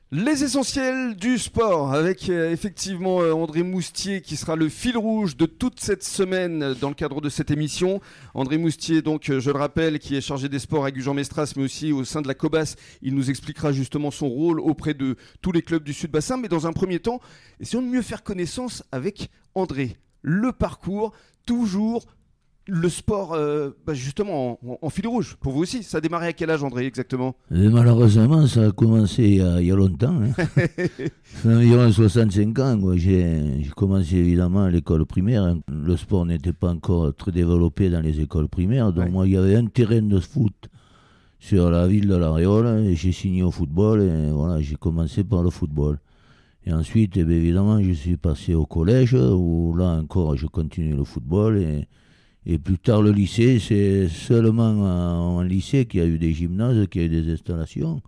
Les essentiels du sport avec effectivement André Moustier qui sera le fil rouge de toute cette semaine dans le cadre de cette émission. André Moustier, donc je le rappelle, qui est chargé des sports à Gujan-Mestras mais aussi au sein de la Cobas. Il nous expliquera justement son rôle auprès de tous les clubs du Sud-Bassin. Mais dans un premier temps, essayons de mieux faire connaissance avec André. Le parcours, toujours le sport justement en fil rouge pour vous aussi. Ça a démarré à quel âge, André, exactement? Et malheureusement, ça a commencé il y a longtemps. Hein. Ça fait environ 65 ans. Quoi. J'ai commencé évidemment à l'école primaire. Le sport n'était pas encore très développé dans les écoles primaires. Donc moi, il y avait un terrain de foot sur la ville de La Réole et j'ai signé au football. Et voilà, j'ai commencé par le football. Et ensuite, évidemment, je suis passé au collège où là encore, je continue le football. Et plus tard, le lycée, c'est seulement en lycée qu'il y a eu des gymnases, qu'il y a eu des installations,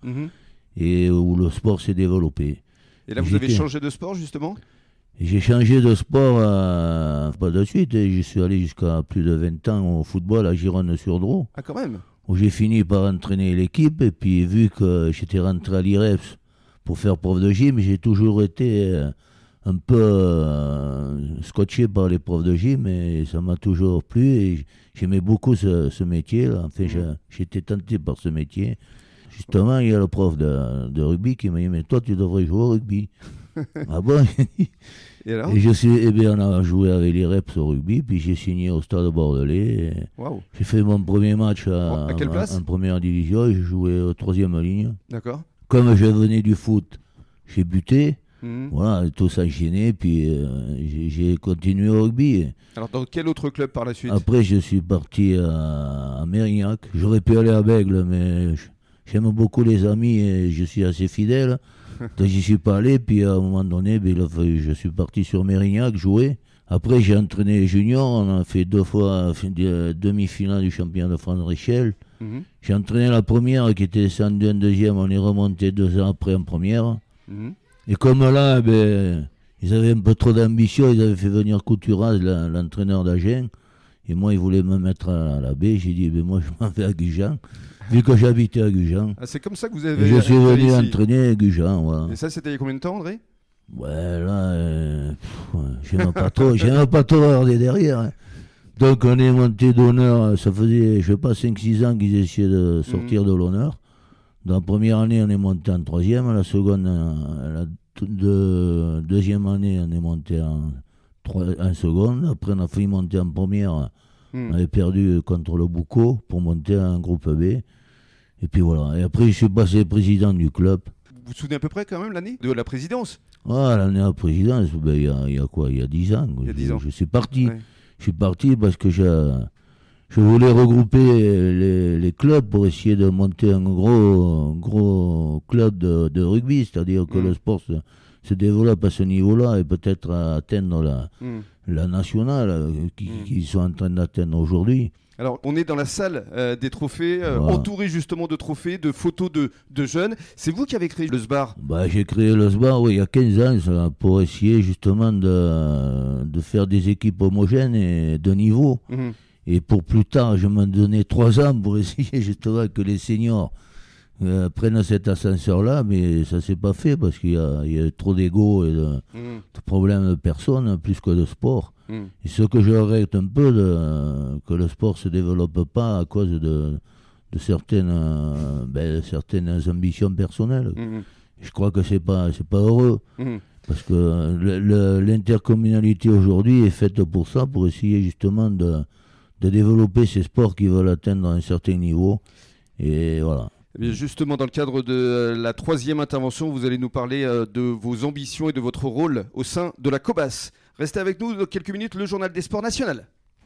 et où le sport s'est développé. Et là, vous avez changé de sport, justement ? J'ai changé de sport, pas de suite. Je suis allé jusqu'à plus de 20 ans au football à Gironne-sur-Dro. Ah, quand même ? Où j'ai fini par entraîner l'équipe, et puis vu que j'étais rentré à l'IREPS pour faire prof de gym, j'ai toujours été un peu scotché par les profs de gym et ça m'a toujours plu et j'aimais beaucoup ce métier. Enfin, j'étais tenté par ce métier. Justement, il y a le prof de rugby qui m'a dit « Mais toi, tu devrais jouer au rugby. » Ah bon? Et alors? On a joué avec les reps au rugby, puis j'ai signé au Stade Bordelais. Wow. J'ai fait mon premier match à quelle place? en première division et j'ai joué au 3e ligne. D'accord. Comme je venais du foot, j'ai buté. Voilà, tout s'enchaînait, puis j'ai continué au rugby. Alors, dans quel autre club par la suite? Après, je suis parti à Mérignac. J'aurais pu aller à Bègle, mais j'aime beaucoup les amis et je suis assez fidèle. Donc, j'y suis pas allé, puis à un moment donné, je suis parti sur Mérignac jouer. Après, j'ai entraîné les juniors. On a fait 2 fois demi-finale du championnat de France Richel. J'ai entraîné la première qui était descendue en 2e. On est remonté 2 ans après en première. Et comme là, ils avaient un peu trop d'ambition, ils avaient fait venir Couturas, l'entraîneur d'Agen, et moi, ils voulaient me mettre à la baie. J'ai dit, moi, je m'en vais à Gujan, vu que j'habitais à Gujan. Ah, c'est comme ça que vous avez... Et je suis venu entraîner à Gujan, voilà. Et ça, c'était il y a combien de temps, André? Ouais, là, j'aime pas trop regarder derrière. Hein. Donc, on est monté d'honneur, ça faisait, je sais pas, 5-6 ans qu'ils essayaient de sortir de l'honneur. Dans la première année, on est monté en 3e. La seconde, la deuxième année, on est monté en seconde. Après, on a failli monter en première. On avait perdu contre le Boucau pour monter en groupe B. Et puis voilà. Et après, je suis passé président du club. Vous vous souvenez à peu près quand même l'année de la présidence? Ah, l'année de la présidence, il y a quoi? Il y a 10 ans. Il y a 10 ans. Je suis parti. Ouais. Je suis parti parce que je voulais regrouper les clubs pour essayer de monter un gros club de rugby, c'est-à-dire que le sport se développe à ce niveau-là et peut-être atteindre la nationale qu'ils sont en train d'atteindre aujourd'hui. Alors, on est dans la salle des trophées, entouré justement de trophées, de photos de jeunes. C'est vous qui avez créé le SBAR? J'ai créé le SBAR, il y a 15 ans, pour essayer justement de faire des équipes homogènes et de niveau. Et pour plus tard, je m'en donnais 3 ans pour essayer justement que les seniors prennent cet ascenseur-là, mais ça ne s'est pas fait parce qu'il y a trop d'ego et de problèmes de personnes plus que de sport. Et ce que je regrette un peu, que le sport ne se développe pas à cause de certaines ambitions personnelles. Je crois que c'est pas heureux. Parce que l'intercommunalité aujourd'hui est faite pour ça, pour essayer justement de développer ces sports qui veulent atteindre un certain niveau. Et voilà. Eh bien justement, dans le cadre de la 3e intervention, vous allez nous parler de vos ambitions et de votre rôle au sein de la Cobas. Restez avec nous dans quelques minutes, le journal des sports national.